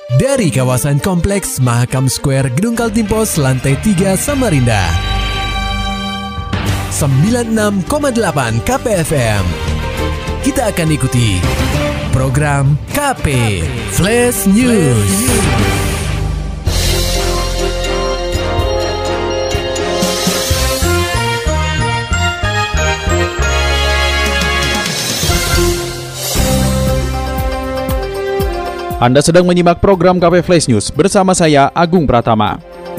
Dari kawasan Kompleks Mahakam Square Gedung Kaltimpos Lantai 3 Samarinda 96,8 KPFM. Kita akan ikuti program KP Flash News. Anda sedang menyimak program KP Flash News bersama saya, Agung Pratama.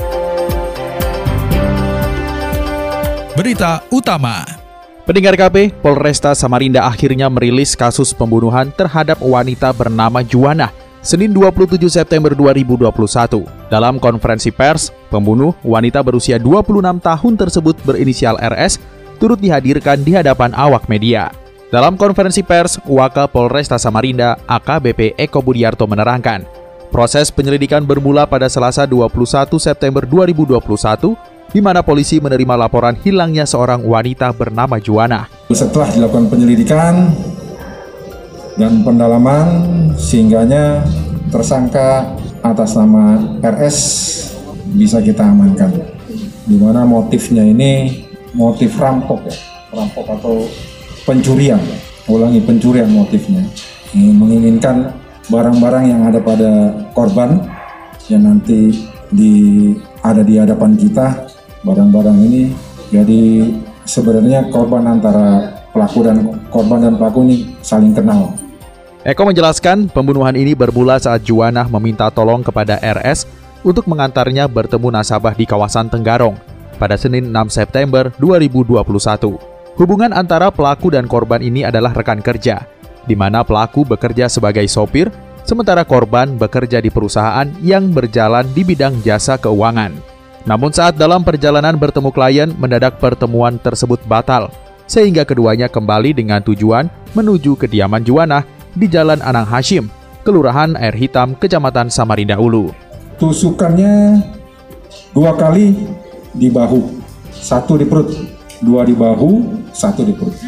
Berita utama. Pendengar KP, Polresta Samarinda akhirnya merilis kasus pembunuhan terhadap wanita bernama Juwana, Senin 27 September 2021. Dalam konferensi pers, pembunuh wanita berusia 26 tahun tersebut berinisial RS turut dihadirkan di hadapan awak media. Dalam konferensi pers, Wakal Polresta Samarinda AKBP Eko Budiarto menerangkan, proses penyelidikan bermula pada Selasa 21 September 2021, di mana polisi menerima laporan hilangnya seorang wanita bernama Juwana. Setelah dilakukan penyelidikan dan pendalaman, sehingganya tersangka atas nama RS bisa kita amankan. Di mana motifnya ini motif rampok atau pencurian, pencurian motifnya. Menginginkan barang-barang yang ada pada korban yang nanti ada di hadapan kita, barang-barang ini. Jadi sebenarnya antara korban dan pelaku ini saling kenal. Eko menjelaskan pembunuhan ini bermula saat Juwana meminta tolong kepada RS untuk mengantarnya bertemu nasabah di kawasan Tenggarong pada Senin 6 September 2021. Hubungan antara pelaku dan korban ini adalah rekan kerja, di mana pelaku bekerja sebagai sopir, sementara korban bekerja di perusahaan yang berjalan di bidang jasa keuangan. Namun saat dalam perjalanan bertemu klien, mendadak pertemuan tersebut batal, sehingga keduanya kembali dengan tujuan menuju kediaman Juwana di Jalan Anang Hashim, Kelurahan Air Hitam, Kecamatan Samarinda Ulu. Tusukannya 2 kali di bahu, 1 di perut. 2 di bahu, 1 di perut.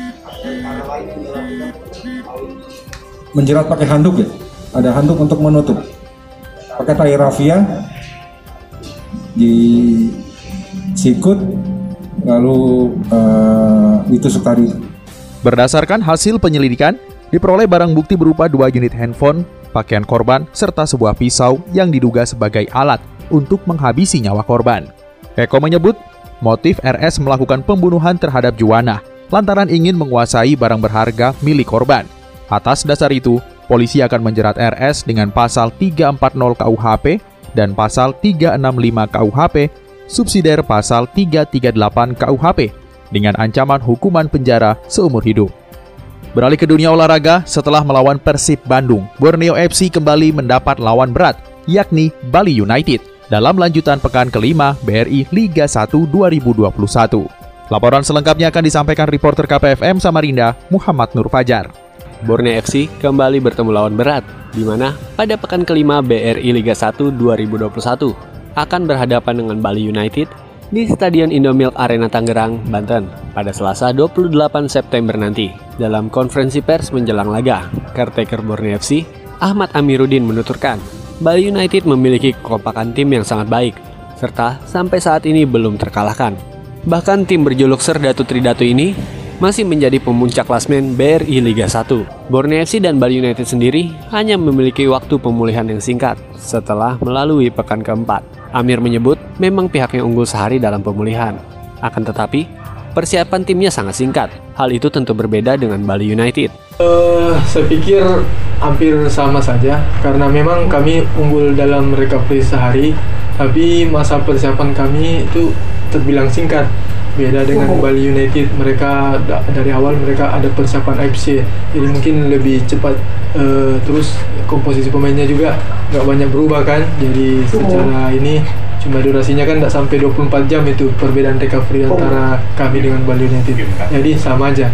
Menjerat pakai handuk ya. Ada handuk untuk menutup. Pakai tali rafia di sikut, lalu ditusuk tadi. Berdasarkan hasil penyelidikan, diperoleh barang bukti berupa 2 unit handphone, pakaian korban, serta sebuah pisau yang diduga sebagai alat untuk menghabisi nyawa korban. Eko menyebut, motif RS melakukan pembunuhan terhadap Juwana lantaran ingin menguasai barang berharga milik korban. Atas dasar itu, polisi akan menjerat RS dengan pasal 340 KUHP dan pasal 365 KUHP, subsidiar pasal 338 KUHP, dengan ancaman hukuman penjara seumur hidup. Beralih ke dunia olahraga, setelah melawan Persib Bandung, Borneo FC kembali mendapat lawan berat, yakni Bali United, dalam lanjutan pekan kelima BRI Liga 1 2021. Laporan selengkapnya akan disampaikan reporter KPFM Samarinda, Muhammad Nur Fajar. Borneo FC kembali bertemu lawan berat, di mana pada pekan kelima BRI Liga 1 2021 akan berhadapan dengan Bali United di Stadion Indomilk Arena Tangerang, Banten pada Selasa 28 September nanti. Dalam konferensi pers menjelang laga, caretaker Borneo FC, Ahmad Amiruddin menuturkan, Bali United memiliki kekompakan tim yang sangat baik, serta sampai saat ini belum terkalahkan. Bahkan tim berjuluk Serdatu Tridatu ini masih menjadi pemuncak klasmen BRI Liga 1. Borneo FC dan Bali United sendiri hanya memiliki waktu pemulihan yang singkat setelah melalui pekan keempat. Amir menyebut memang pihaknya unggul sehari dalam pemulihan. Akan tetapi, persiapan timnya sangat singkat. Hal itu tentu berbeda dengan Bali United. Saya pikir hampir sama saja, karena memang kami unggul dalam recovery sehari, tapi masa persiapan kami itu terbilang singkat. Beda dengan Bali United, mereka dari awal mereka ada persiapan AFC, jadi mungkin lebih cepat. Terus komposisi pemainnya juga nggak banyak berubah kan, jadi secara ini cuma durasinya kan nggak sampai 24 jam itu perbedaan recovery antara kami dengan Bali United, jadi sama aja.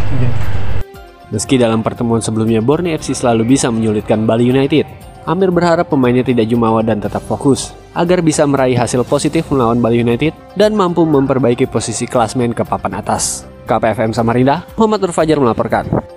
Meski dalam pertemuan sebelumnya Borneo FC selalu bisa menyulitkan Bali United, Amir berharap pemainnya tidak jumawa dan tetap fokus agar bisa meraih hasil positif melawan Bali United dan mampu memperbaiki posisi klasmen ke papan atas. KPFM Samarinda, Muhammad Nur Fajar melaporkan.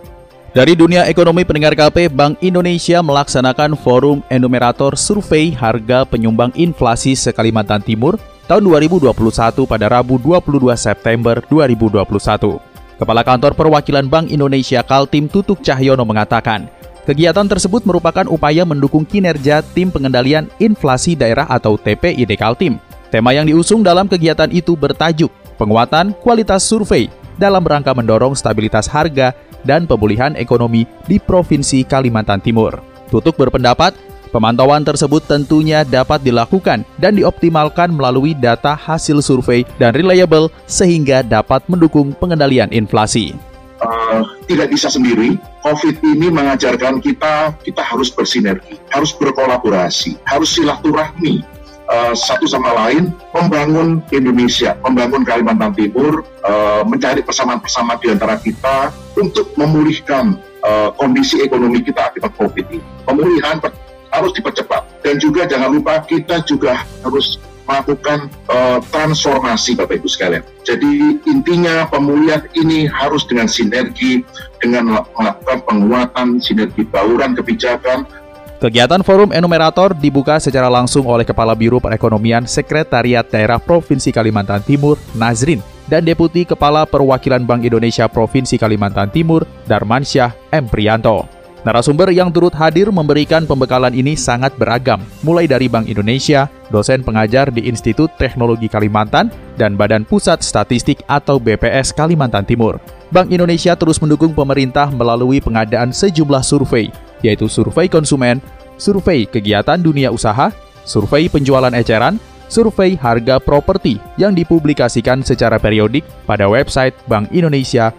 Dari dunia ekonomi pendengar KP, Bank Indonesia melaksanakan forum enumerator survei harga penyumbang inflasi se-Kalimantan Timur tahun 2021 pada Rabu 22 September 2021. Kepala Kantor Perwakilan Bank Indonesia Kaltim Tutuk Cahyono mengatakan, kegiatan tersebut merupakan upaya mendukung kinerja Tim Pengendalian Inflasi Daerah atau TPID Kaltim. Tema yang diusung dalam kegiatan itu bertajuk Penguatan Kualitas Survei dalam rangka mendorong stabilitas harga dan pemulihan ekonomi di Provinsi Kalimantan Timur. Tutuk berpendapat, pemantauan tersebut tentunya dapat dilakukan dan dioptimalkan melalui data hasil survei dan reliable sehingga dapat mendukung pengendalian inflasi. Tidak bisa sendiri. COVID ini mengajarkan kita harus bersinergi, harus berkolaborasi, harus silaturahmi satu sama lain, membangun Indonesia, membangun Kalimantan Timur, mencari persamaan-persamaan di antara kita untuk memulihkan kondisi ekonomi kita akibat COVID ini. Pemulihan harus dipercepat, dan juga jangan lupa kita juga harus melakukan transformasi, Bapak Ibu sekalian. Jadi intinya pemulihan ini harus dengan sinergi, dengan melakukan penguatan sinergi bauran kebijakan. Kegiatan forum enumerator dibuka secara langsung oleh Kepala Biro Perekonomian Sekretariat Daerah Provinsi Kalimantan Timur, Nazrin, dan Deputi Kepala Perwakilan Bank Indonesia Provinsi Kalimantan Timur, Darmansyah M. Priyanto. Narasumber yang turut hadir memberikan pembekalan ini sangat beragam, mulai dari Bank Indonesia, dosen pengajar di Institut Teknologi Kalimantan, dan Badan Pusat Statistik atau BPS Kalimantan Timur. Bank Indonesia terus mendukung pemerintah melalui pengadaan sejumlah survei, yaitu survei konsumen, survei kegiatan dunia usaha, survei penjualan eceran, survei harga properti yang dipublikasikan secara periodik pada website Bank Indonesia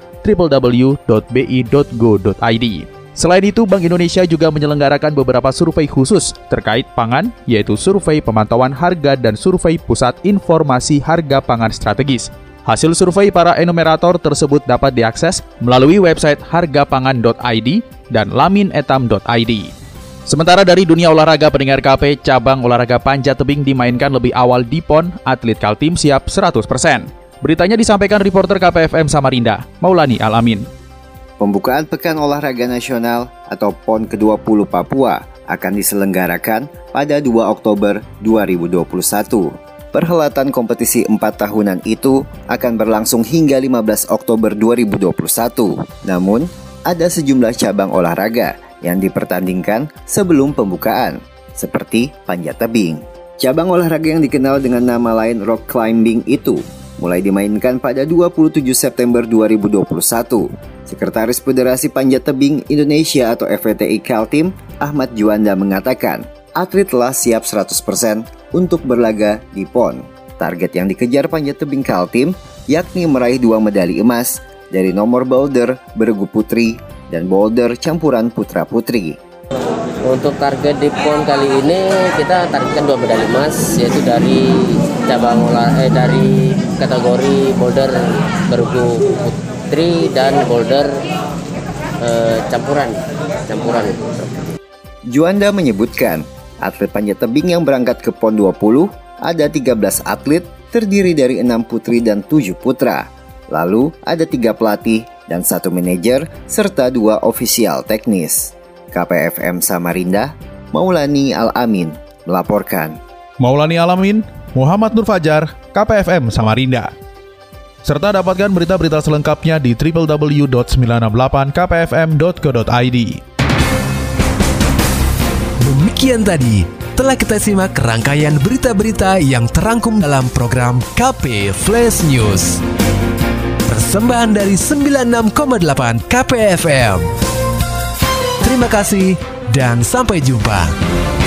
www.bi.go.id. Selain itu, Bank Indonesia juga menyelenggarakan beberapa survei khusus terkait pangan, yaitu survei pemantauan harga dan survei pusat informasi harga pangan strategis. Hasil survei para enumerator tersebut dapat diakses melalui website hargapangan.id dan laminetam.id. Sementara dari dunia olahraga pendengar KP, cabang olahraga panjat tebing dimainkan lebih awal di PON, atlet Kaltim siap 100%. Beritanya disampaikan reporter KPFM Samarinda, Maulani Al-Amin. Pembukaan Pekan Olahraga Nasional atau PON ke-20 Papua akan diselenggarakan pada 2 Oktober 2021. Perhelatan kompetisi 4 tahunan itu akan berlangsung hingga 15 Oktober 2021. Namun, ada sejumlah cabang olahraga yang dipertandingkan sebelum pembukaan, seperti panjat tebing. Cabang olahraga yang dikenal dengan nama lain rock climbing itu mulai dimainkan pada 27 September 2021. Sekretaris Federasi Panjat Tebing Indonesia atau FPTI Kaltim, Ahmad Juanda mengatakan, atlet telah siap 100% untuk berlaga di PON. Target yang dikejar panjat tebing Kaltim yakni meraih 2 medali emas dari nomor boulder beregu putri dan boulder campuran putra-putri. Untuk target di PON kali ini kita targetkan 2 medali emas, yaitu dari cabang dari kategori boulder beregu putri dan boulder campuran. Juanda menyebutkan, atlet panjat tebing yang berangkat ke PON 20 ada 13 atlet terdiri dari 6 putri dan 7 putra. Lalu ada 3 pelatih dan 1 manajer serta 2 ofisial teknis. KPFM Samarinda, Maulani Al-Amin melaporkan. Maulani Al-Amin, Muhammad Nur Fajar, KPFM Samarinda. Serta dapatkan berita-berita selengkapnya di www.968kpfm.co.id. Demikian tadi telah kita simak rangkaian berita-berita yang terangkum dalam program KP Flash News. Persembahan dari 96,8 KPFM. Terima kasih dan sampai jumpa.